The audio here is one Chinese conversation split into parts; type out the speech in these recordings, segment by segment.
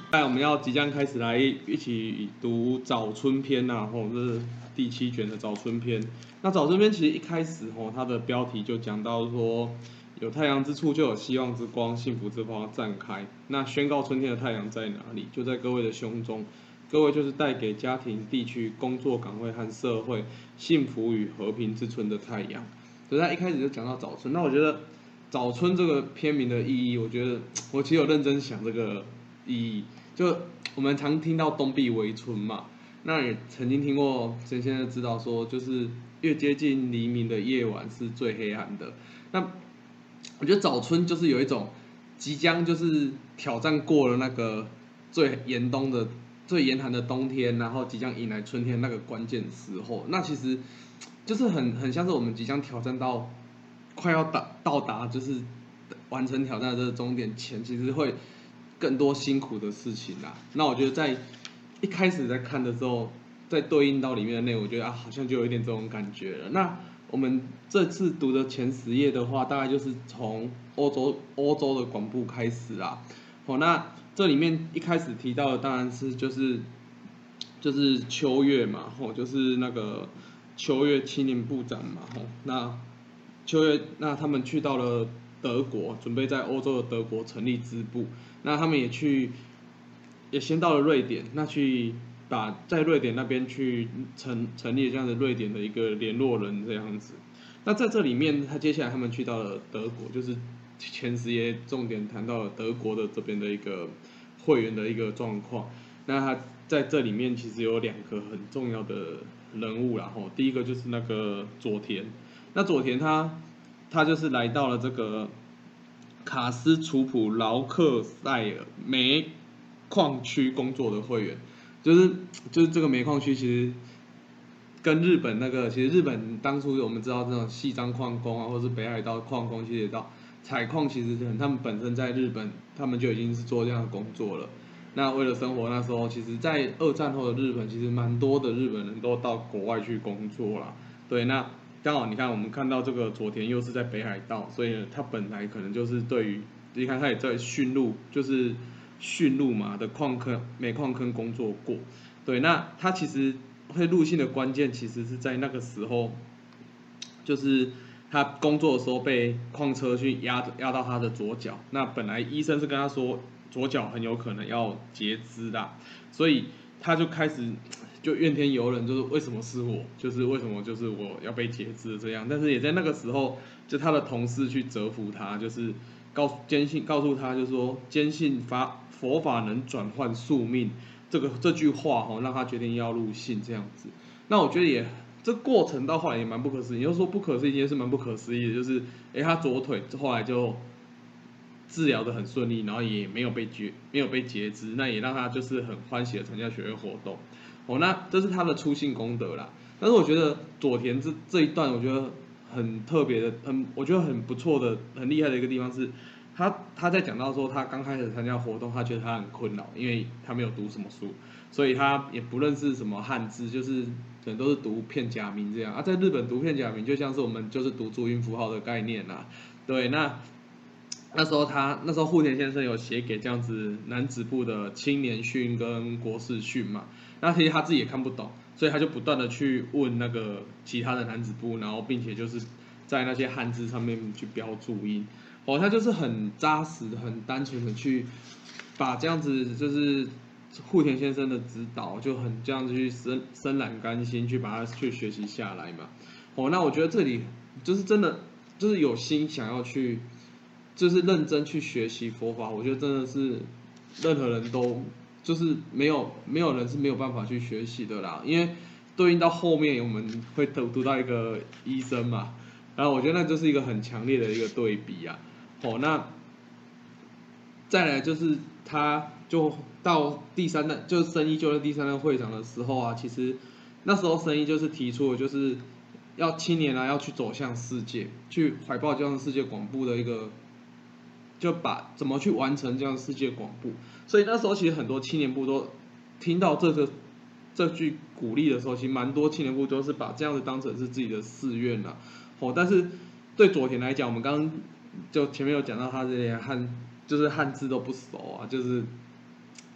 来，我们要即将开始来一起读早春篇呐、吼，这是第7卷的早春篇。那早春篇其实一开始吼，它的标题就讲到说，有太阳之处就有希望之光，幸福之花绽开。那宣告春天的太阳在哪里？就在各位的胸中。各位就是带给家庭、地区、工作岗位和社会幸福与和平之春的太阳。所以他一开始就讲到早春。那我觉得早春这个篇名的意义，我觉得我其实有认真想这个意义。就我们常听到冬必为春嘛，那也曾经听过，现在知道说，就是越接近黎明的夜晚是最黑暗的。那我觉得早春就是有一种即将就是挑战过了那个最严冬的、最严寒的冬天，然后即将迎来春天那个关键时候。那其实就是很像是我们即将挑战到快要到达就是完成挑战的这个终点前，其实会更多辛苦的事情啦。那我觉得在一开始在看的时候，在对应到里面的内容，我觉得啊，好像就有一点这种感觉了。那我们这次读的前10页的话，大概就是从欧洲的广布开始啦。好，那这里面一开始提到的当然是就是秋月嘛，吼，就是那个秋月青年部长嘛，吼，那秋月那他们去到了德国，准备在欧洲的德国成立支部。那他们也先到了瑞典，那去把在瑞典那边去成立这样的瑞典的一个联络人这样子。那在这里面，接下来他们去到了德国，就是前10页重点谈到了德国的这边的一个会员的一个状况。那他在这里面其实有2个很重要的人物啦，吼，第一个就是那个佐田。那佐田他就是来到了这个卡斯楚普劳克塞尔煤矿区工作的会员，就是这个煤矿区其实跟日本那个，其实日本当初我们知道这种西张矿工啊，或者是北海道矿工，其实也到采矿，其实他们本身在日本，他们就已经是做这样的工作了。那为了生活，那时候其实，在2战后的日本，其实蛮多的日本人都到国外去工作啦。对，那刚好你看，我们看到这个佐田又是在北海道，所以呢他本来可能就是对于，你看他也在驯鹿，就是驯鹿嘛的煤矿坑工作过。对，那他其实会入信的关键，其实是在那个时候，就是他工作的时候被矿车去压到他的左脚。那本来医生是跟他说左脚很有可能要截肢啦，所以他就开始就怨天尤人，就是为什么是我，就是为什么就是我要被截肢这样。但是也在那个时候，就他的同事去折服他，就是告诉他，就是说坚信佛法能转换宿命这句话哈，让他决定要入信这样子。那我觉得这过程到后来也蛮不可思议，你就说不可思议，也是蛮不可思议的，就是他左腿后来就治疗的很顺利，然后也没有被截肢，那也让他就是很欢喜的参加学会活动。哦，那这是他的初信功德啦。但是我觉得佐田这一段，我觉得很特别的，我觉得很不错的、很厉害的一个地方是，他在讲到说他刚开始参加活动，他觉得他很困扰，因为他没有读什么书，所以他也不认识什么汉字，就是可能都是读片假名这样啊。在日本读片假名，就像是我们就是读注音符号的概念啦。对，那时候户田先生有写给这样子男子部的青年训跟国士训嘛，那其实他自己也看不懂，所以他就不断的去问那个其他的男子部，然后并且就是在那些汉字上面去标注音。哦，他就是很扎实、很单纯的去把这样子就是户田先生的指导，就很这样子去深染甘心去把它去学习下来嘛。哦，那我觉得这里就是真的就是有心想要去。就是认真去学习佛法，我觉得真的是任何人都就是没有人是没有办法去学习的啦，因为对应到后面我们会读到一个医生嘛，然后我觉得那就是一个很强烈的一个对比啊。哦，那再来就是他就到第3任，就是生一就任第3任会长的时候啊，其实那时候生一就是提出了就是要青年啊要去走向世界，去怀抱这样的世界广布的一个。就把怎么去完成这样世界广布，所以那时候其实很多青年部都听到这句鼓励的时候，其实蛮多青年部都是把这样子当成是自己的誓愿啦。哦，但是对佐田来讲，我们刚刚就前面有讲到他这些就是汉字都不熟啊，就是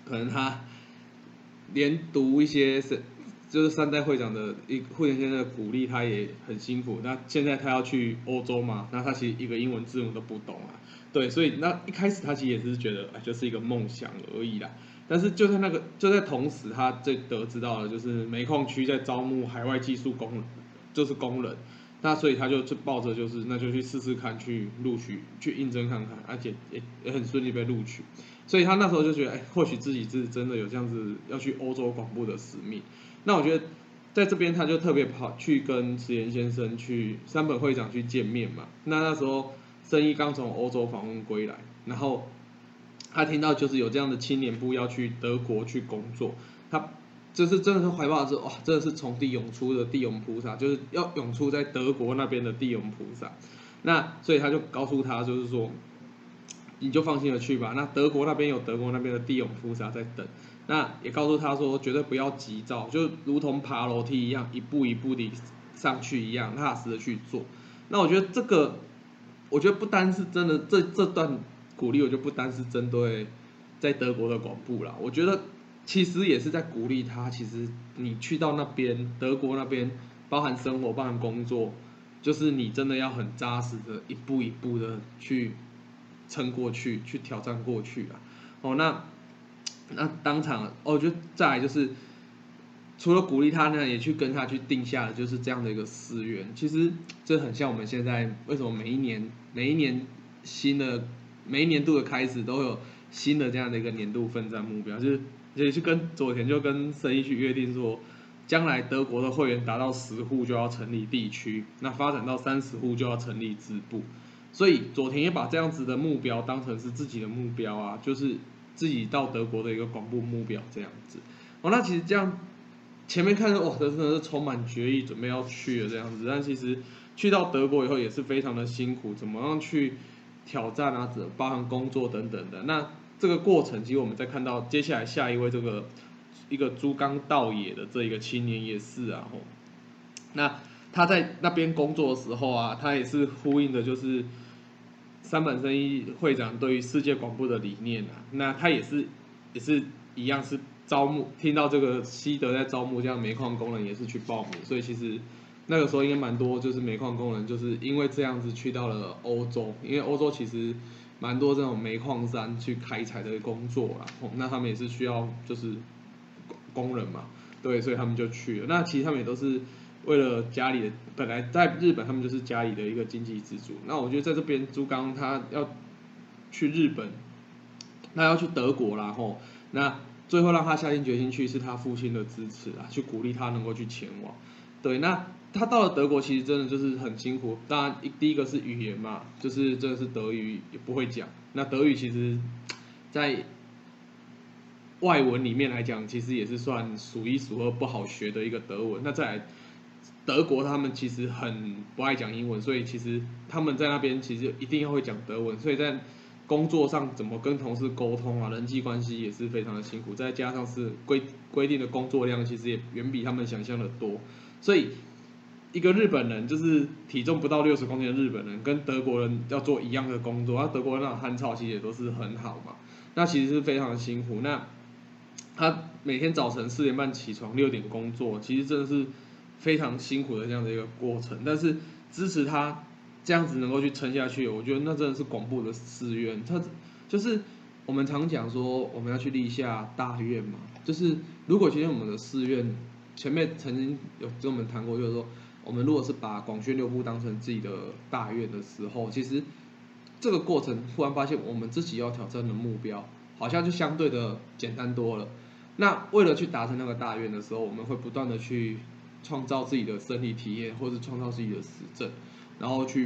可能他连读一些就是三代会长的会长先生的鼓励，他也很辛苦。那现在他要去欧洲嘛，那他其实一个英文字母都不懂啊。对，所以那一开始他其实也是觉得，就是一个梦想而已啦。但是就在同时，他得知到了，就是煤矿区在招募海外技术工人，就是工人。那所以他就抱着那就去试试看，去录取，去应征看看，而且也很顺利被录取。所以他那时候就觉得，或许自己是真的有这样子要去欧洲广播的使命。那我觉得在这边他就特别跑去跟池田先生去山本会长去见面嘛。那时候生一刚从欧洲访问归来，然后他听到就是有这样的青年部要去德国去工作，他就是真的是怀抱着哇，真的是从地涌出的地涌菩萨，就是要涌出在德国那边的地涌菩萨。那所以他就告诉他，就是说，你就放心的去吧。那德国那边有德国那边的地涌菩萨在等。那也告诉他说，绝对不要急躁，就如同爬楼梯一样，一步一步的上去一样，踏实的去做。那我觉得我觉得不单是真的这段鼓励，我就不单是针对在德国的广布啦，我觉得其实也是在鼓励他。其实你去到那边，德国那边，包含生活，包含工作，就是你真的要很扎实的，一步一步的去撑过去，去挑战过去啦。哦，那当场，我觉得再来就是，除了鼓励他呢，也去跟他去定下的就是这样的一个誓愿。其实这很像我们现在为什么每一年每一年度的开始都有新的这样的一个年度奋战目标，就是也去跟佐田就跟生意去约定说，将来德国的会员达到10户就要成立地区，那发展到30户就要成立支部。所以佐田也把这样子的目标当成是自己的目标啊，就是自己到德国的一个广布目标这样子。那其实这样前面看着哇，真的是充满决意，准备要去了这样子。但其实去到德国以后也是非常的辛苦，怎么样去挑战啊，包含工作等等的。那这个过程，其实我们在看到接下来下一位一个珠冈道也的这一个青年也是啊，那他在那边工作的时候啊，他也是呼应的就是山本生一会长对于世界广播的理念啊。那他也是一样是招募，听到这个西德在招募这样煤矿工人，也是去报名。所以其实那个时候应该蛮多，就是煤矿工人就是因为这样子去到了欧洲，因为欧洲其实蛮多这种煤矿山去开采的工作啦。那他们也是需要就是工人嘛，对，所以他们就去了。那其实他们也都是为了家里的，本来在日本他们就是家里的一个经济支柱。那我觉得在这边珠冈他要去日本，那要去德国啦吼，那最后让他下定决心去是他父亲的支持啊，去鼓励他能够去前往。对，那他到了德国其实真的就是很辛苦。当然第一个是语言嘛，就是真的是德语也不会讲。那德语其实在外文里面来讲，其实也是算数一数二不好学的一个德文。那再来，德国他们其实很不爱讲英文，所以其实他们在那边其实一定要会讲德文。所以在工作上怎么跟同事沟通啊，人际关系也是非常的辛苦。再加上是规定的工作量，其实也远比他们想象的多。所以一个日本人就是体重不到60公斤的日本人，跟德国人要做一样的工作，那德国人那种汉草其实也都是很好嘛。那其实是非常的辛苦。那他每天早晨4点半起床，6点工作，其实真的是非常辛苦的这样的一个过程。但是支持他这样子能够去撑下去，我觉得那真的是广布的誓愿。他就是我们常讲说我们要去立下大愿嘛，就是如果今天我们的誓愿，前面曾经有跟我们谈过，就是说我们如果是把广宣六部当成自己的大愿的时候，其实这个过程忽然发现我们自己要挑战的目标，好像就相对的简单多了。那为了去达成那个大愿的时候，我们会不断的去创造自己的生理体验，或是创造自己的实证，然后去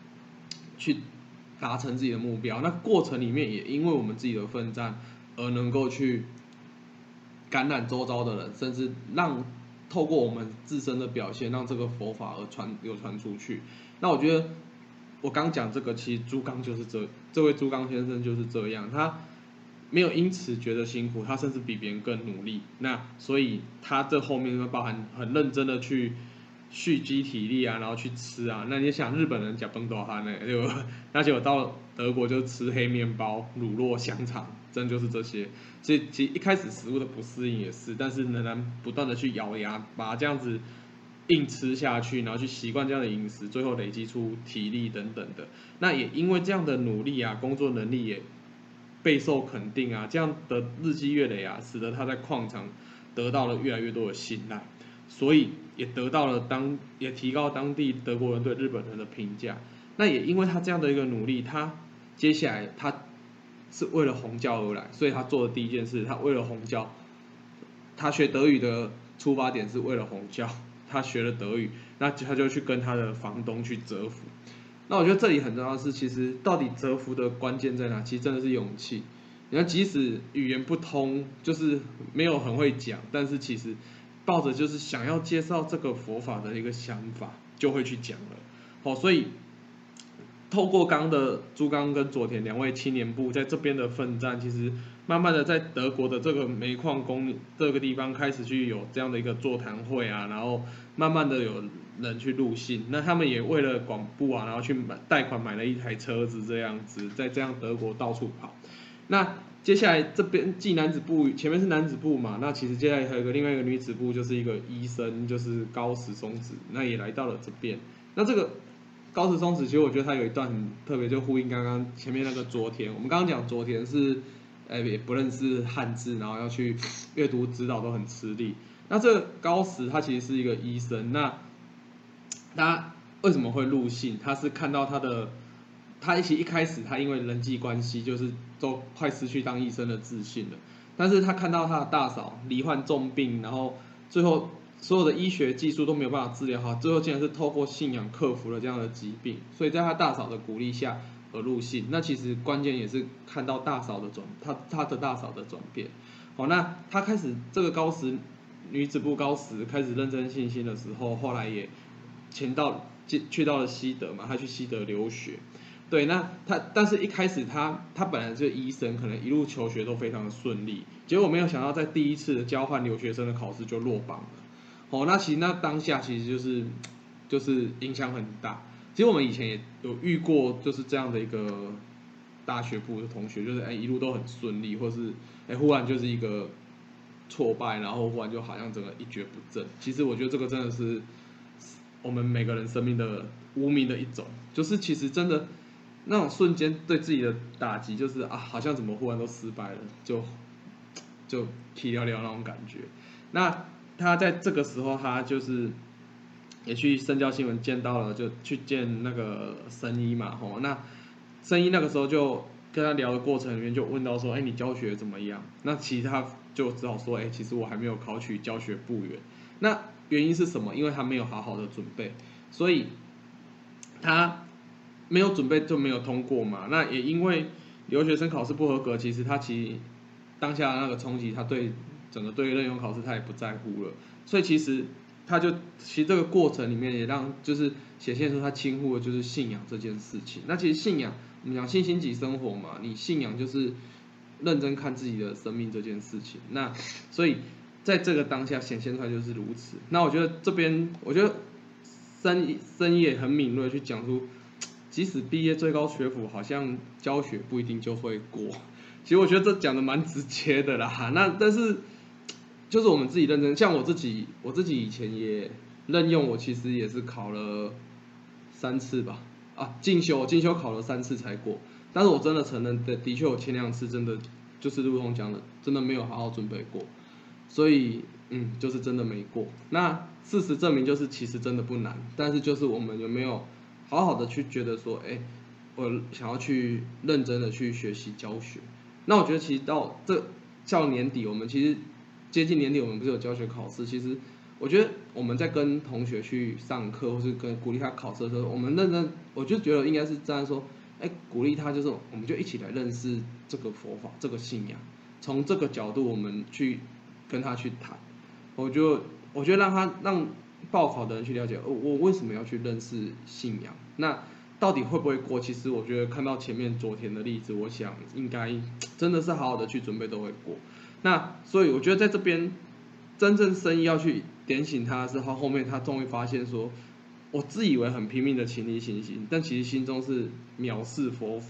达成自己的目标。那过程里面也因为我们自己的奋战，而能够去感染周遭的人，甚至透过我们自身的表现，让这个佛法流传出去。那我觉得我刚讲这个，其实珠冈就是这位珠冈先生就是这样，他没有因此觉得辛苦，他甚至比别人更努力。那所以他这后面包含很认真的去蓄积体力啊，然后去吃啊。那你想日本人讲崩多哈呢，对吧？那结果到德国就吃黑面包、乳酪、香肠， 真的就是这些。所以其实一开始食物的不适应也是，但是仍然不断的去咬牙把这样子硬吃下去，然后去习惯这样的饮食，最后累积出体力等等的。那也因为这样的努力啊，工作能力也备受肯定啊，这样的日积月累啊，使得他在矿场得到了越来越多的信赖，所以也得到了也提高当地德国人对日本人的评价。那也因为他这样的一个努力，他接下来他是为了红教而来，所以他做的第一件事，他为了红教，他学德语的出发点是为了红教，他学了德语，那他就去跟他的房东去折服。那我觉得这里很重要的是，其实到底折服的关键在哪？其实真的是勇气。你看，即使语言不通，就是没有很会讲，但是其实抱着就是想要介绍这个佛法的一个想法，就会去讲了。好，所以透过朱刚跟佐田两位青年部在这边的奋战，其实慢慢的在德国的这个煤矿工这个地方开始去有这样的一个座谈会啊，然后慢慢的有人去入信，那他们也为了广布啊，然后去贷款买了一台车子这样子，在这样德国到处跑。那接下来这边继男子部前面是男子部嘛，那其实接下来还有另外一个女子部，就是一个医生，就是高石松子，那也来到了这边。那这个高石松子，其实我觉得他有一段很特别，就呼应刚刚前面那个昨天，我们刚刚讲昨天是，也不认识汉字，然后要去阅读指导都很吃力。那这个高石他其实是一个医生，那他为什么会入信？他是看到他一开始他因为人际关系就是都快失去当医生的自信了，但是他看到他的大嫂罹患重病，然后最后所有的医学技术都没有办法治疗好，最后竟然是透过信仰克服了这样的疾病，所以在他大嫂的鼓励下而入信。那其实关键也是看到他的大嫂的转变。好，那他开始这个女子部高石开始认真信心的时候，后来也去到了西德嘛，他去西德留学。对，那但是一开始他本来就是医生，可能一路求学都非常的顺利，结果没有想到在第一次的交换留学生的考试就落榜了。哦，那其实当下其实就是影响很大。其实我们以前也有遇过就是这样的一个大学部的同学，就是一路都很顺利，或是忽然就是一个挫败，然后忽然就好像整个一蹶不振。其实我觉得这个真的是我们每个人生命的无名的一种，就是其实真的那种瞬间对自己的打击，就是好像怎么忽然都失败了，就气寥寥那种感觉。那他在这个时候，他就是也去深交新闻见到了，就去见那个生医嘛，那生医那个时候就跟他聊的过程里面就问到说，你教学怎么样？那其实他就只好说，其实我还没有考取教学部员。那原因是什么？因为他没有好好的准备，所以他没有准备就没有通过嘛。那也因为留学生考试不合格，其实当下那个冲击，他对整个对任用考试他也不在乎了。所以其实这个过程里面也让就是显现出他轻忽的就是信仰这件事情。那其实信仰，我们讲信心即生活嘛，你信仰就是认真看自己的生命这件事情。那所以在这个当下显现出来就是如此。那我觉得深也很敏锐去讲出，即使毕业最高学府，好像教学不一定就会过。其实我觉得这讲的蛮直接的啦。那但是就是我们自己认真，像我自己以前也任用，我其实也是考了3次吧。进修考了3次才过。但是我真的承认的确有前2次真的就是如同讲的，真的没有好好准备过，所以就是真的没过。那事实证明就是其实真的不难，但是就是我们有没有好好的去觉得说，我想要去认真的去学习教学。那我觉得其实到年底，我们其实接近年底，我们不是有教学考试，其实我觉得我们在跟同学去上课，或是鼓励他考试的时候，我们认真，我就觉得应该是这样说，鼓励他就是我们就一起来认识这个佛法这个信仰，从这个角度我们去跟他去谈。我觉得让报考的人去了解，我为什么要去认识信仰，那到底会不会过？其实我觉得看到前面昨天的例子，我想应该真的是好好的去准备都会过。那所以我觉得在这边真正生意要去点醒他的是，后面他终于发现说，我自以为很拼命的勤力信心，但其实心中是藐视佛法。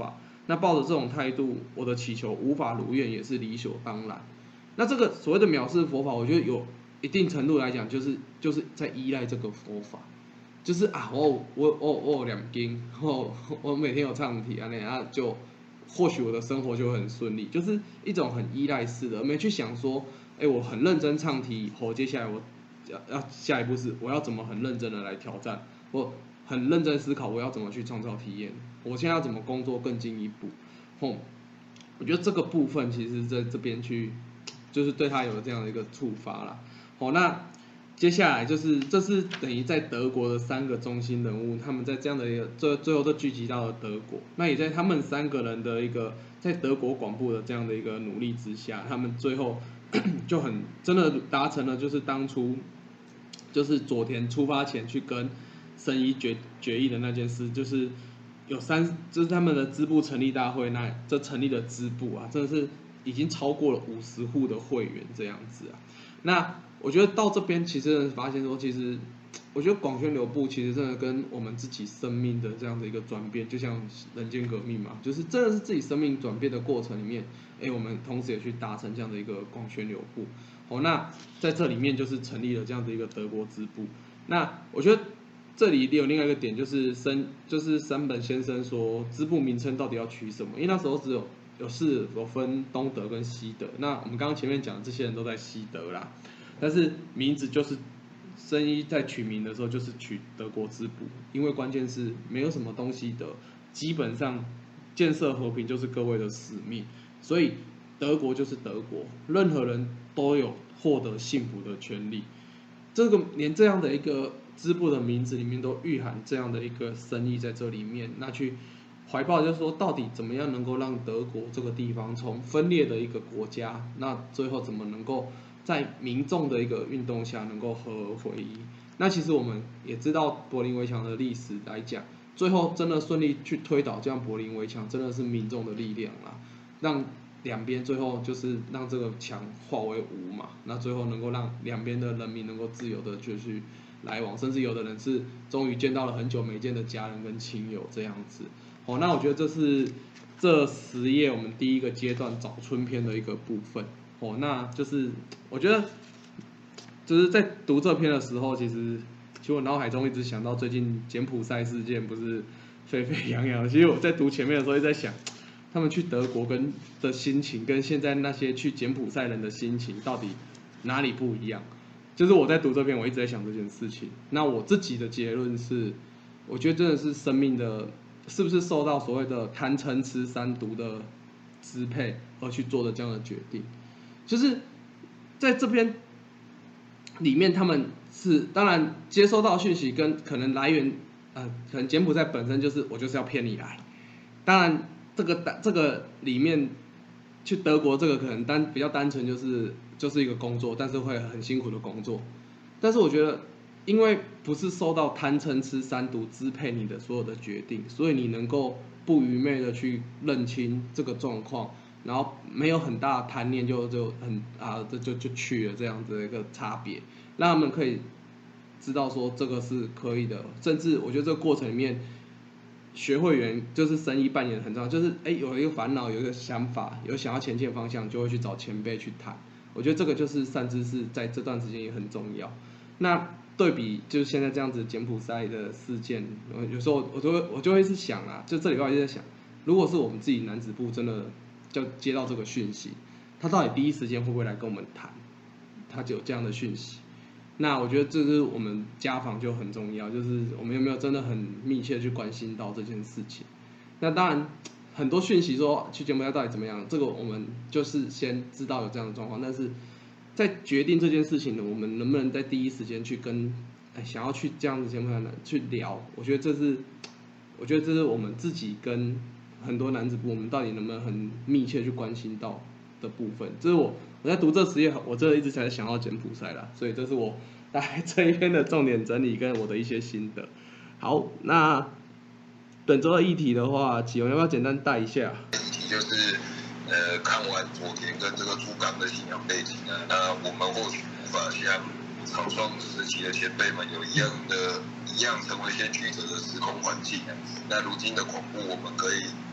那抱着这种态度，我的祈求无法如愿也是理所当然。那这个所谓的藐视佛法，我觉得有一定程度来讲，就是在依赖这个佛法，就是啊，我有2经，我每天有唱题啊，就或许我的生活就会很顺利，就是一种很依赖式的，没去想说，我很认真唱题以后，接下来我要下一步是我要怎么很认真的来挑战，我很认真思考我要怎么去创造体验，我现在要怎么工作更进一步，我觉得这个部分其实在这边去，就是对他有这样的一个触发啦。那接下来就是这是等于在德国的3个中心人物，他们在这样的一个最后都聚集到了德国，那也在他们3个人的一个在德国广布的这样的一个努力之下，他们最后就很真的达成了，就是当初就是佐田出发前去跟生一决议的那件事，就是就是他们的支部成立大会，那这成立的支部啊，真的是已经超过了50户的会员这样子啊。那我觉得到这边其实发现说，其实我觉得广宣流布其实真的跟我们自己生命的这样的一个转变，就像人间革命嘛，就是真的是自己生命转变的过程里面，我们同时也去达成这样的一个广宣流布。那在这里面就是成立了这样的一个德国支部。那我觉得这里有另外一个点，就是山本先生说支部名称到底要取什么？因为那时候只有分东德跟西德，那我们刚刚前面讲的这些人都在西德啦，但是名字就是生一在取名的时候就是取德国支部，因为关键是没有什么东西的，基本上建设和平就是各位的使命，所以德国就是德国，任何人都有获得幸福的权利。连这样的一个支部的名字里面都蕴含这样的一个深意在这里面，那去怀抱就是说，到底怎么样能够让德国这个地方从分裂的一个国家，那最后怎么能够在民众的一个运动下能够合而为一？那其实我们也知道柏林围墙的历史来讲，最后真的顺利去推倒这样柏林围墙，真的是民众的力量啦，让两边最后就是让这个墙化为无嘛，那最后能够让两边的人民能够自由的就去来往，甚至有的人是终于见到了很久没见的家人跟亲友这样子。那我觉得这是这10页我们第一个阶段早春篇的一个部分。那就是我觉得就是在读这篇的时候，其实我脑海中一直想到最近柬埔寨事件不是沸沸扬扬，其实我在读前面的时候一直在想，他们去德国的心情跟现在那些去柬埔寨人的心情到底哪里不一样？就是我在读这篇，我一直在想这件事情。那我自己的结论是，我觉得真的是生命的，是不是受到所谓的贪嗔痴三毒的支配而去做的这样的决定？就是在这边里面，他们是当然接收到讯息跟可能来源，可能柬埔寨本身就是我就是要骗你来，当然。这个里面去德国这个可能比较单纯就是一个工作，但是会很辛苦的工作。但是我觉得，因为不是受到贪嗔痴三毒支配你的所有的决定，所以你能够不愚昧的去认清这个状况，然后没有很大的贪念就去了这样子的一个差别，让他们可以知道说这个是可以的，甚至我觉得这个过程里面。学会员就是生意扮演很重要，就是有一个烦恼，有一个想法，有想要前进的方向，就会去找前辈去谈。我觉得这个就是善知识在这段时间也很重要。那对比就是现在这样子柬埔寨的事件，有时候我就会是想啊，就这礼拜就在想，如果是我们自己男子部真的就接到这个讯息，他到底第一时间会不会来跟我们谈？他就有这样的讯息。那我觉得这是我们家访就很重要，就是我们有没有真的很密切去关心到这件事情。那当然很多讯息说去柬埔寨到底怎么样，这个我们就是先知道有这样的状况，但是在决定这件事情呢，我们能不能在第一时间去跟想要去这样子柬埔寨的去聊，我觉得这是我们自己跟很多男子部，我们到底能不能很密切去关心到的部分。这是我在读这10页，我真的一直才想到柬埔寨啦，所以这是我大概这一篇的重点整理跟我的一些心得。好，那本周的议题的话，启荣要不要简单带一下？ 议题就是看完佐田跟这个猪刚的信仰背景呢，那我们或许无法像草创时期的前辈们有一样成为先驱者的时空环境。那如今的恐怖，我们可以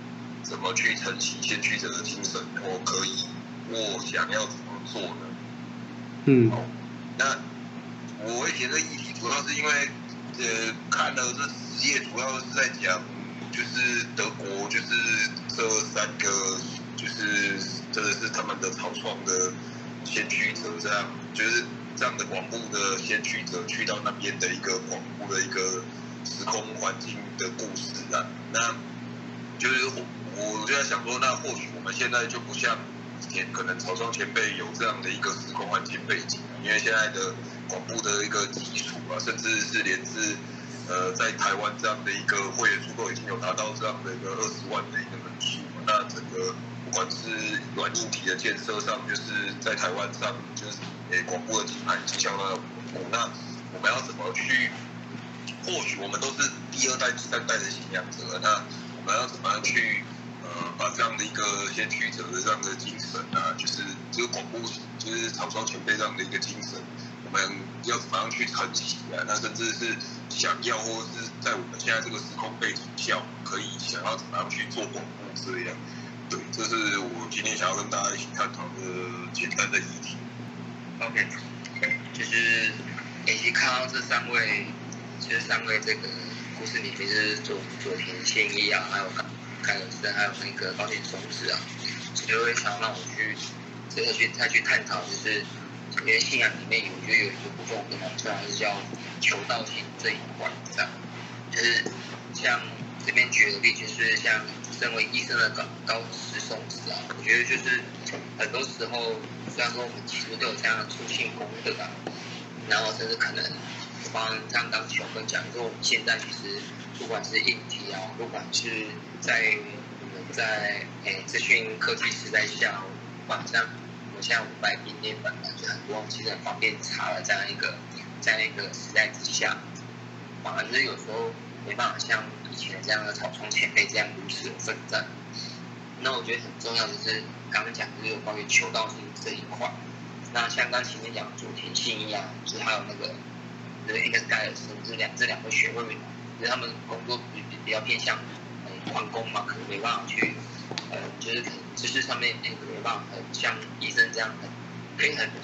怎么去承袭先驱者的精神，我想要怎么做呢？好，那我会提这个议题，主要是因为看了这10页，主要是在讲，就是德国就是这3个就是真的是他们的草创的先驱者，这样就是这样的广布的先驱者去到那边的一个广布的一个时空环境的故事啊。那就是我就在想说，那或许我们现在就不像以前可能草创前辈有这样的一个时空环境背景，因为现在的广布的一个基础啊，甚至是连自在台湾这样的一个会员数都已经有达到这样的一个20万的一个人数，那整个不管是软硬体的建设上，就是在台湾上就是广布的品牌经销的广布，那我们要怎么去？或许我们都是第2代、第3代的信仰者，那我们要怎么样去把这样的一个先驱者的这样的精神啊，就是这个广布就是草创前辈这样的一个精神，我们要怎么样去承袭啊？那甚至是想要，或者是在我们现在这个时空背景下，可以想要怎么样去做广布这样。对，这是我今天想要跟大家一起探讨的简单的议题。 OK， 就是其实看到这3位，就是3位这个故事里面，就是佐田宪一啊，还有凯尔森，还有那个高田松子啊，就会想让我去真的再去探讨，就是因为信仰里面我觉得有一个部分我们蛮重要，是叫求道性这一块，这样，就是像这边举的例子，就是像身为医生的高石松子啊，我觉得就是很多时候，虽然说我们其实都有这样的出信功德啊，然后甚至可能像刚球哥讲说，我们现在其实不管是硬体啊，不管是在资讯科技时代下，不管像我现在500平面本来就很多，其实很方便查了这样一个在那个时代之下，反而是有时候没办法像以前这样的草创前辈这样如此的奋战。那我觉得很重要的是刚刚讲就是有关于求道性这一块。那像刚前面讲佐田信一啊，就是还有那个应该是盖尔森，这两个学位嘛，就是他们工作比较偏向矿工嘛，可能没办法去就是可能知识上面没办法像医生这样可以很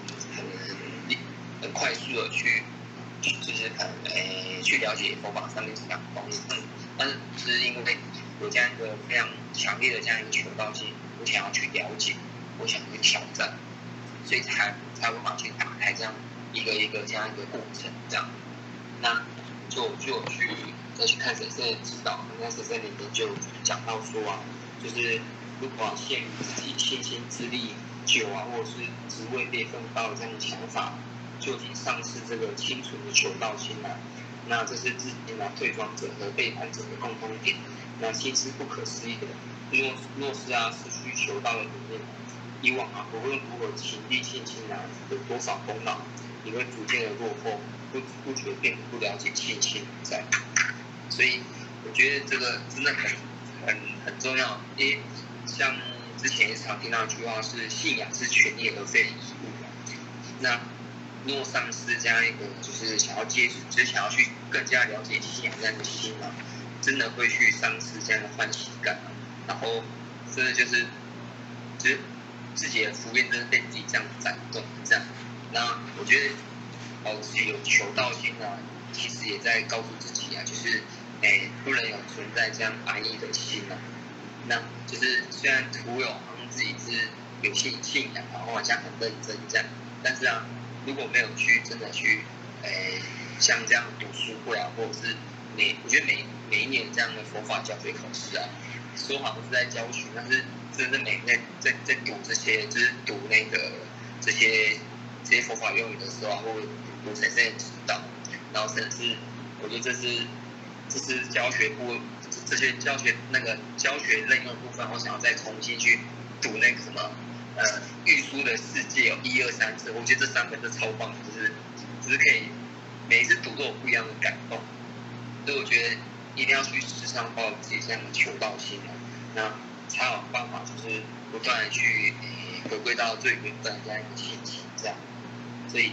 快速的去就是可能去了解佛法上面讲的东西，但是是因为有这样一个非常强烈的这样一个求道性，我想要去了解，我想去挑战，所以才有办法去打开这样一个这样一个过程，这样，那就去再去看神圣的指导，那神圣里面就讲到说啊，就是如果限于自己先天之力久啊，或者是职位辈分高的这样的想法，就已经丧失这个清纯的求道心了。那这是至今退庄者和背叛者的共同点。那心是不可思议的，若是啊失去求道的理念，以往啊无论如何勤力信心啊有多少功劳，也会逐渐的落后，不知不觉变得不了解信心在。所以我觉得这个真的很重要，因为像之前也常听到一句话是信仰是权利而非义务。那若丧失这样一个就是想要接触，就是想要去更加了解信仰这样的心啊，真的会去丧失这样的欢喜感啊，然后真的就是自己的福愿真的被自己这样感动这样。那我觉得自己有求道心啊，其实也在告诉自己啊，就是不能有存在这样安逸的心啊。那就是虽然徒有好像自己是有信仰，然后好像很认真这样，但是啊，如果没有去真的去像这样读书会啊，或者是我觉得每一年这样的佛法教学考试啊，说好像是在教学，但是真正每天在读这些，就是读那个这些佛法用语的时候啊，或者读神圣的指导，然后甚至是我觉得这是教学部这些教学内容的部分，我想要再重新去读那个什么玉书的世界1、2、3次，我觉得这3本是超棒的，就是可以每一次读都有不一样的感动，所以我觉得一定要去时常保有自己这样的求道心啊，那才有办法就是不断的去回归到最原本的这样一个心情这样，所以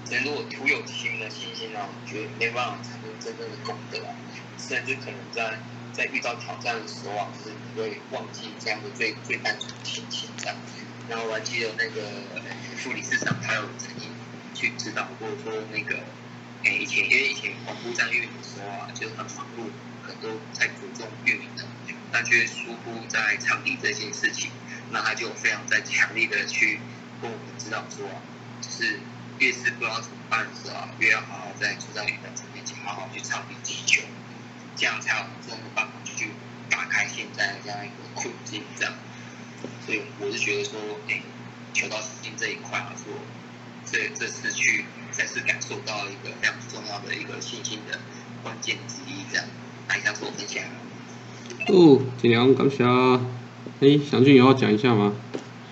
人如果徒有其名的信心啊，我觉得没办法产生真正的功德啊，甚至可能在遇到挑战的时候啊，就是你会忘记这样的最单纯的心情这样。然后我还记得那个副理事长他有曾经去指导过说那个，以前广播站运营的时候啊，就是很忙碌，很多在着重运营的，但却疏忽在场地这件事情。那他就非常在强力的去跟我们指导说啊，就是越是不知道怎么办的时候啊，越要好好在主战员的面前好好去场地击球，这样才有真的办法去打开现在这样一个困境这样。所以我是觉得说，球道心这一块啊，说这次去再次感受到一个非常重要的一个信心的关键之一，这样来向做分享。 尽量感谢。祥俊也要讲一下吗？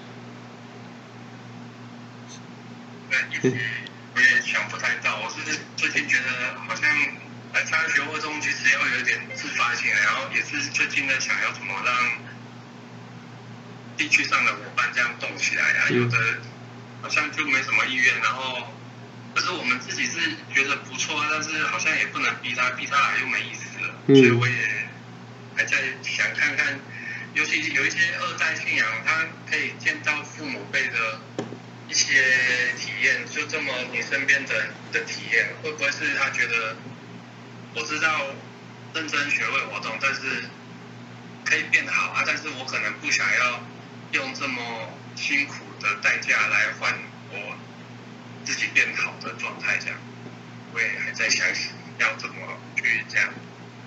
对，我也想不太到，我是最近觉得好像来参加学活动其实要有点自发性，然后也是最近在想要怎么让地区上的伙伴这样动起来啊，有的好像就没什么意愿，然后可是我们自己是觉得不错啊，但是好像也不能逼他来又没意思了，所以我也还在想看看。尤其有一些二代信仰，他可以见到父母辈的一些体验，就这么你身边的体验，会不会是他觉得我知道认真学会活动，但是可以变好啊，但是我可能不想要用这么辛苦的代价来换我自己变好的状态，这样我也还在想要怎么去这样。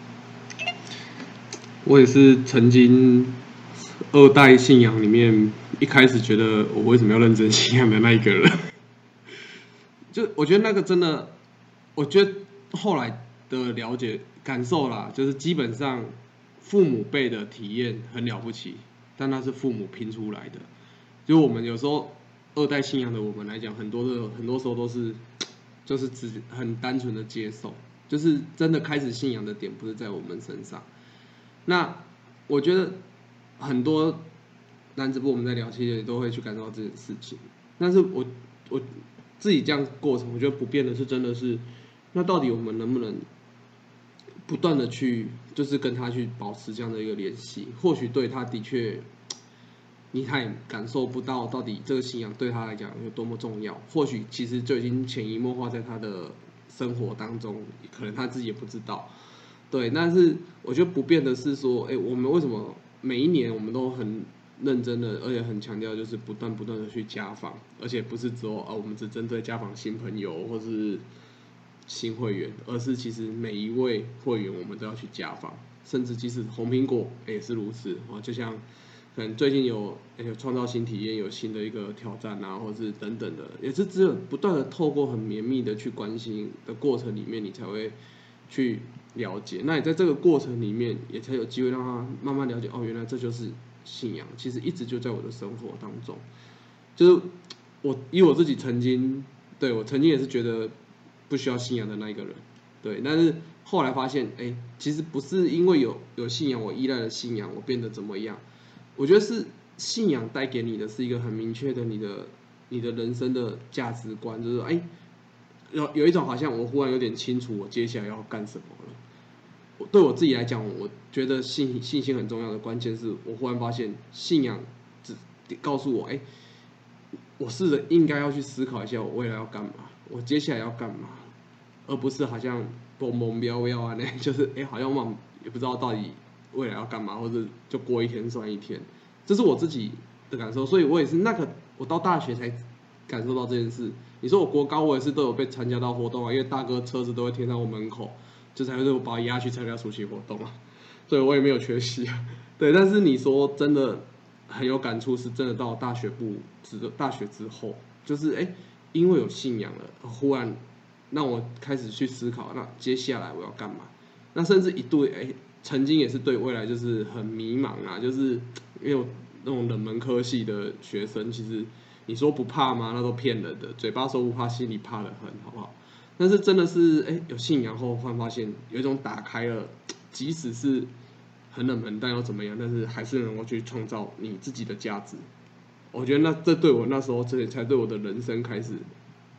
我也是曾经二代信仰里面一开始觉得我为什么要认真信仰的那一个人，就我觉得那个真的，我觉得后来的了解感受啦，就是基本上父母辈的体验很了不起，但那是父母拼出来的。就我们有时候二代信仰的我们来讲，很多时候都是就是只很单纯的接受，就是真的开始信仰的点不是在我们身上。那我觉得很多男子部我们在聊期间都会去感受到这件事情，但是我自己这样过程，我觉得不变的是真的是，那到底我们能不能不断的去就是跟他去保持这样的一个联系？或许对他的确，他也感受不到到底这个信仰对他来讲有多么重要，或许其实就已经潜移默化在他的生活当中，可能他自己也不知道。对，但是我觉得不变的是说，我们为什么每一年我们都很认真的，而且很强调就是不断的去家访，而且不是只有我们只针对家访新朋友或是新会员，而是其实每一位会员我们都要去家访，甚至即使红苹果也是如此啊，就像可能最近有创造新体验，有新的一个挑战啊，或是等等的，也是只有不断的透过很绵密的去关心的过程里面，你才会去了解，那你在这个过程里面，也才有机会让他慢慢了解，原来这就是信仰，其实一直就在我的生活当中。就是我自己曾经，对我曾经也是觉得不需要信仰的那一个人，对，但是后来发现，其实不是因为有信仰，我依赖了信仰，我变得怎么样？我觉得是信仰带给你的是一个很明确的你的人生的价值观，就是有一种好像我忽然有点清楚我接下来要干什么了。对我自己来讲，我觉得信心很重要的关键是我忽然发现信仰只告诉我，我试着应该要去思考一下我未来要干嘛，我接下来要干嘛，而不是好像蹦蹦飙飙啊，就是好像我也不知道到底未来要干嘛，或者就过一天算一天，这是我自己的感受。所以我也是我到大学才感受到这件事。你说我国高我也是都有被参加到活动啊，因为大哥车子都会停在我门口，就才会把我押去参加暑期活动啊，所以我也没有缺席啊。对，但是你说真的很有感触，是真的到大学之后，就是因为有信仰了，忽然让我开始去思考，那接下来我要干嘛？那甚至一度曾经也是对未来就是很迷茫啊，就是因为有那种冷门科系的学生，其实你说不怕吗？那都骗人的，嘴巴说不怕，心里怕得很，好不好？但是真的是有信仰后，忽然发现有一种打开了，即使是很冷门，但要怎么样，但是还是能够去创造你自己的价值。我觉得这对我那时候才对我的人生开始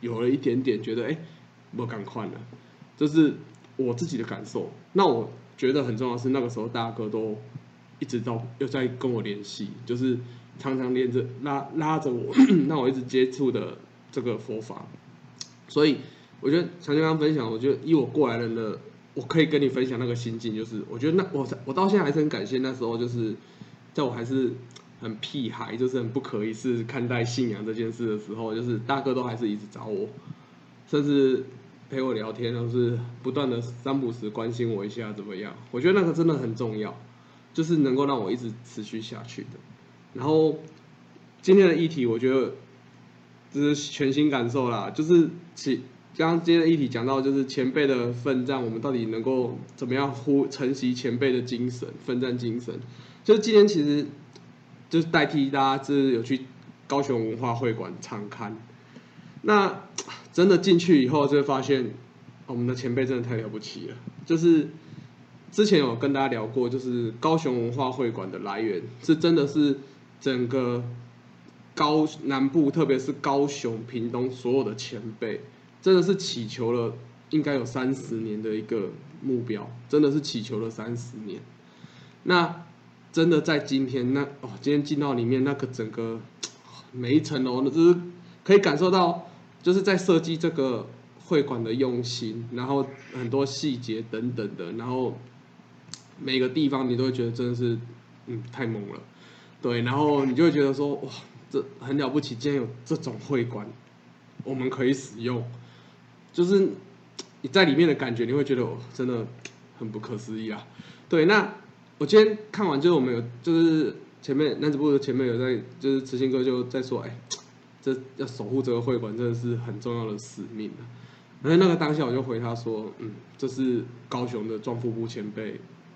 有了一点点觉得我赶快了，这是我自己的感受。那我觉得很重要的是那个时候大哥都一直又在跟我联系，就是常常拉着我，让我一直接触的这个佛法。所以我觉得常刚分享，我觉得以我过来人的，我可以跟你分享那个心境，就是我觉得我到现在还是很感谢那时候，就是在我还是很屁孩，就是很不可一世看待信仰这件事的时候，就是大哥都还是一直找我，甚至陪我聊天，都是不断的3不时关心我一下怎么样。我觉得那个真的很重要，就是能够让我一直持续下去的。然后今天的议题，我觉得这是全新感受啦，就是刚刚今天的议题讲到，就是前辈的奋战，我们到底能够怎么样承袭前辈的精神、奋战精神？就是今天其实就是代替大家，就是有去高雄文化会馆常看，那真的进去以后就会发现，我们的前辈真的太了不起了。就是之前有跟大家聊过，就是高雄文化会馆的来源是真的是整个南部，特别是高雄、屏东所有的前辈，真的是祈求了应该有30年的一个目标，真的是祈求了30年。那真的在今天今天进到里面那个整个每一层楼，就是可以感受到，就是在设计这个会馆的用心，然后很多细节等等的，然后每个地方你都会觉得真的是太猛了，对，然后你就会觉得说哇，这很了不起，竟然有这种会馆我们可以使用，就是你在里面的感觉，你会觉得真的很不可思议啊。对，那我今天看完，就是我们有就是前面男子部的前面有在，就是慈心哥就在说，这要守护这个会馆真的是很重要的使命啊。然后那个当下我就回他说，这是高雄的壮副部前辈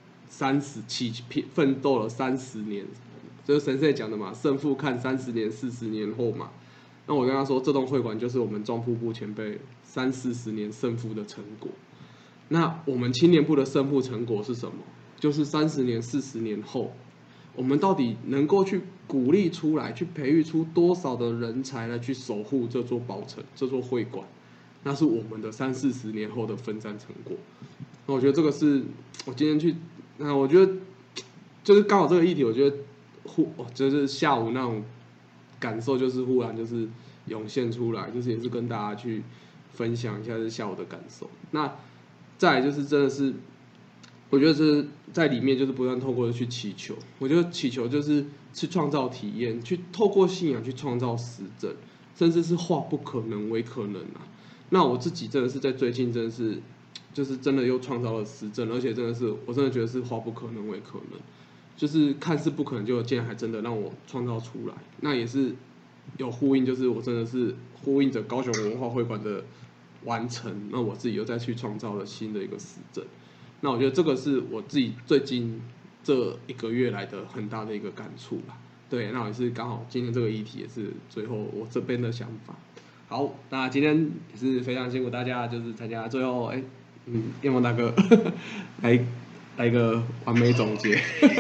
奋斗了30年，就是神社讲的嘛，胜负看30年、40年后嘛。那我跟他说，这栋会馆就是我们壮副部前辈30-40年胜负的成果。那我们青年部的胜负成果是什么？就是30年、40年后，我们到底能够去鼓励出来，去培育出多少的人才来去守护这座宝城、这座会馆？那是我们的30-40年后的奋战成果。那我觉得这个是我今天去，那我觉得就是刚好这个议题，我觉得就是下午那种感受，就是忽然就是涌现出来，就是也是跟大家去分享一下这下午的感受。那再来就是真的是。我觉得是在里面就是不断透过去祈求，我觉得祈求就是去创造体验，去透过信仰去创造实证，甚至是化不可能为可能啊。那我自己真的是在最近真的是，就是真的又创造了实证，而且真的是我真的觉得是化不可能为可能，就是看似不可能，就竟然还真的让我创造出来。那也是有呼应，就是我真的是呼应着高雄文化会馆的完成，那我自己又再去创造了新的一个实证。那我觉得这个是我自己最近这1个月来的很大的一个感触啦。对，那也是刚好今天这个议题也是最后我这边的想法。好，那今天也是非常辛苦大家，就是参加最后，燕梦大哥来一个完美总结。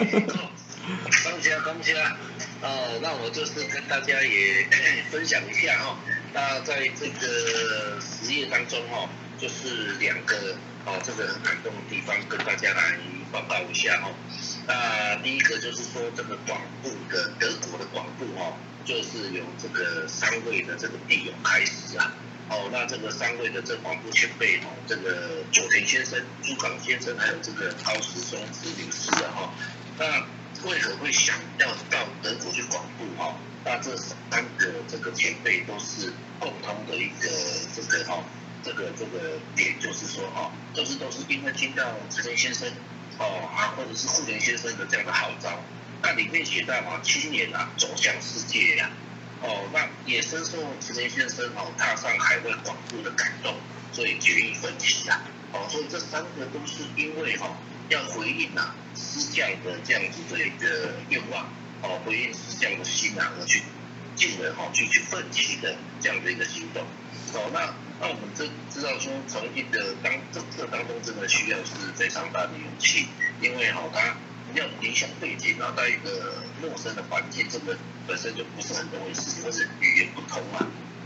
恭喜啊！那我就是跟大家也分享一下那在这个实业当中就是2个这个很感动的地方跟大家来报告一下那第一个就是说这个广布的德国的广布就是由这个3位的这个弟友开始啊。那这个3位的这广布前辈这个久田先生、朱港先生，还有这个高时松子女士那为何会想要到德国去广布那这3个这个前辈都是共通的一个这个点，就是说都是因为听到池田先生或者是户田先生的这样的号召，那里面写到青年走向世界那也深受池田先生踏上海外广布的感动，所以决议奋起所以这3个都是因为要回应师匠的这样子的一个愿望回应师匠的心而去进而去奋起的这样的一个行动那我们知道说，从一个这当中真的需要是非常大的勇气，因为他要理想背景到一个陌生的环境，这个本身就不是很容易的事情，而是语言不通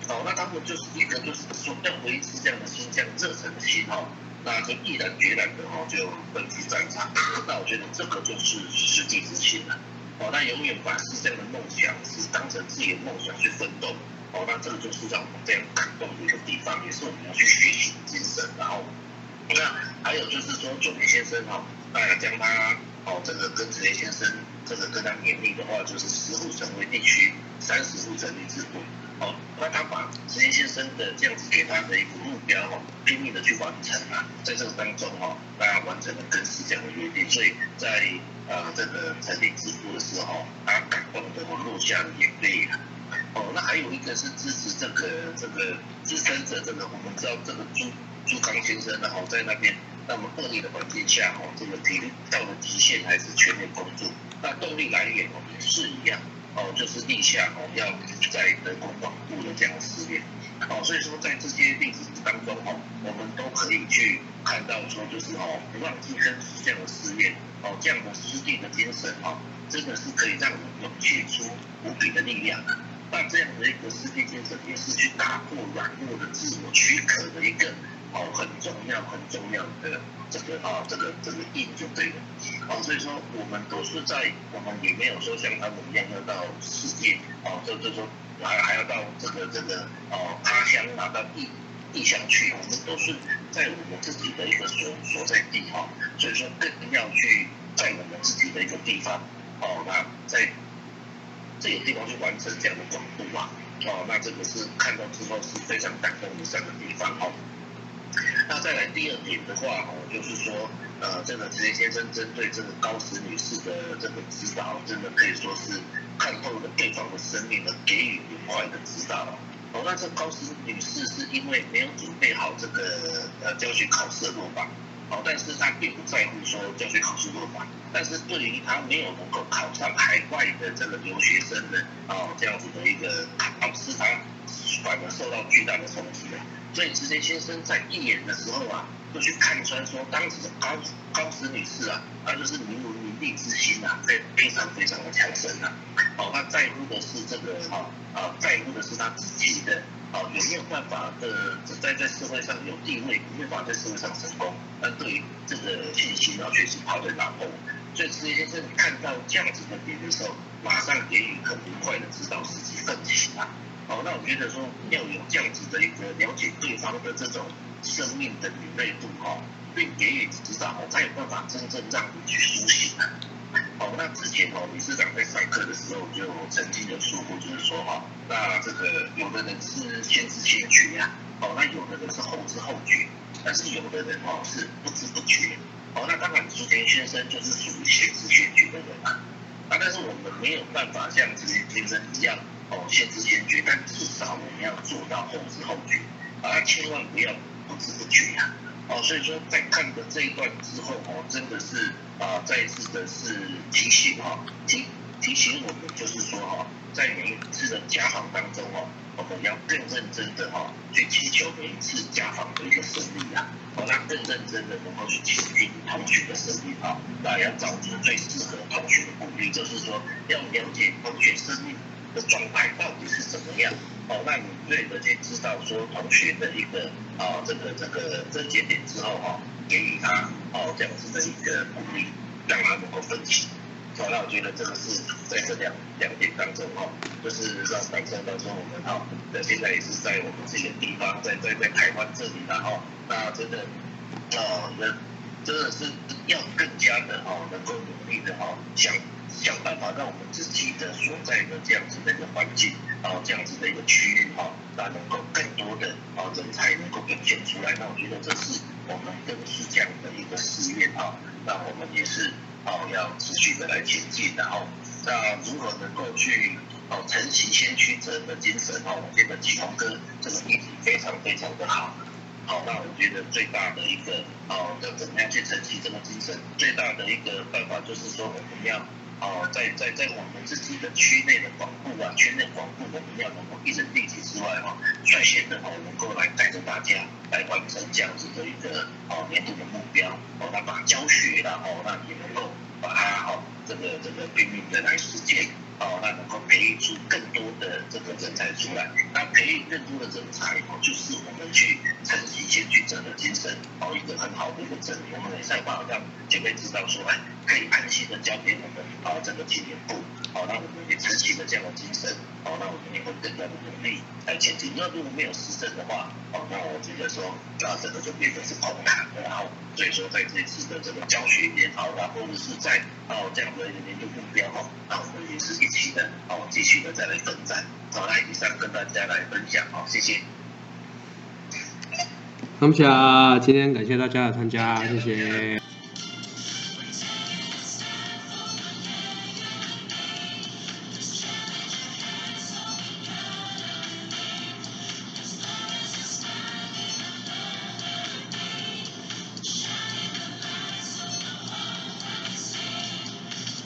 那他们就是一个就是说要维持这样的心，这样热忱的心那就毅然决然的就奔赴战场。那我觉得这个就是实际执行了。那永远把是这样的梦想是当成自己的梦想去奋斗。那这个就是让我们这样感动的一个地方，也是我们要去学习的精神。然后，那还有就是说，九田先生将他这个跟植田先生这个跟他勉励的话，就是10户成为地区，30户成立支部。那他把植田先生的这样子给他的一个目标拼命的去完成在这个当中大家完成了跟市这样的约定，所以在这个成立支部的时候，他感动的落下了眼泪那还有一个是支持这个资深者，这个我们知道这个朱刚先生在那边那么恶劣的环境下这个体力到了极限还是全面工作。那动力来源也是一样就是立下要在德国广布的这样的事业所以说在这些例子当中我们都可以去看到说就是不忘记跟这样的事业这样的师弟的精神真的是可以让我们涌现出无比的力量。那这样的一个师弟精神也是去打破软弱的自我躯壳的一个很重要的这个印就对了所以说我们都是我们也没有说像他们一样要到世界就说还要到这个他乡到异乡去，我们都是在我们自己的一个所在地所以说更要去在我们自己的一个地方那在这个地方去完成这样的广度那这个是看到之后是非常感动的3个地方那再来第2点的话就是说这个植田先生针对这个高石女士的这个指导，真的可以说是看透了对方的生命而给予愉快的指导那这高石女士是因为没有准备好这个教学考试的落榜但是她并不在乎说教学考试落榜，但是对于她没有能够考上海外的这个留学生的这样子的一个考试，她反而受到巨大的冲击所以植田先生在一演的时候就去看穿说当时的高石女士她就是民文民地之心非常非常的强盛她在乎的是这个在乎的是她自己的有没有办法在社会上有地位，有没有办法在社会上成功，但对于这个信心确实跑在脑后。所以植田先生看到这样子的点的时候，马上给予很愉快的指导自己奋起那我觉得说要有这样子的一个了解对方的这种生命的敏锐度并给予指导才有办法真正让你去苏醒那之前理事长在上课的时候就曾经有说过，就是说那这个有的人是先知先觉那有的人是后知后觉，但是有的人是不知不觉那当然植田先生就是属于先知先觉的人但是我们没有办法像植田先生一样先知先觉，但至少我们要做到后知后觉千万不要不知不觉所以说在看的这一段之后真的是再一次的是提醒提醒我们，就是说在每一次的家访当中我们要更认真的去祈求每一次家访的一个胜利那更认真的能够去倾听同学的声音那要找出最适合同学的鼓励，就是说要了解同学生命的状态到底是怎么样那敏锐的去知道说同学的一个这节点之后给予他这样子的一个鼓励，让他能够分析那我觉得这个是在这两点当中就是让感受到说我们现在也是在我们自己的地方，在台湾这里那真的真的是要更加的能够努力的想办法让我们自己的所在的这样子的一个环境这样子的一个区域那能够更多的人才能够表现出来。那我觉得这是我们更是这样的一个事业那我们也是要持续的来前进那如何能够去承袭先驱者的精神我觉得启宏哥这个议题非常非常的好那我觉得最大的一个要怎么样去承袭这个精神，最大的一个办法就是说我们要在我们自己的区内的广布圈内广布，我们要能够一人利己之外率先的能够来带着大家来完成这样子的一个年度的目标那把教学那也能够把它这个拼命的来实践那能够培育出更多的这个人才出来。那培育更多的人才就是我们去承袭先驱者的精神一个很好的一个证明。我们也想办法让前辈知道说，可以安心的交给我们整个青年部，那我们也承袭了这样的精神，那我们也会更加的努力来前进。那如果没有师生的话，那我觉得说，这个就变成是空谈的。然后所以说在这次的这个教学也好，或者是在这样的一个年度目标那我们也是一起的继续的再来奋战。来以上跟大家来分享，谢谢。 感谢今天感谢大家的参加，谢谢。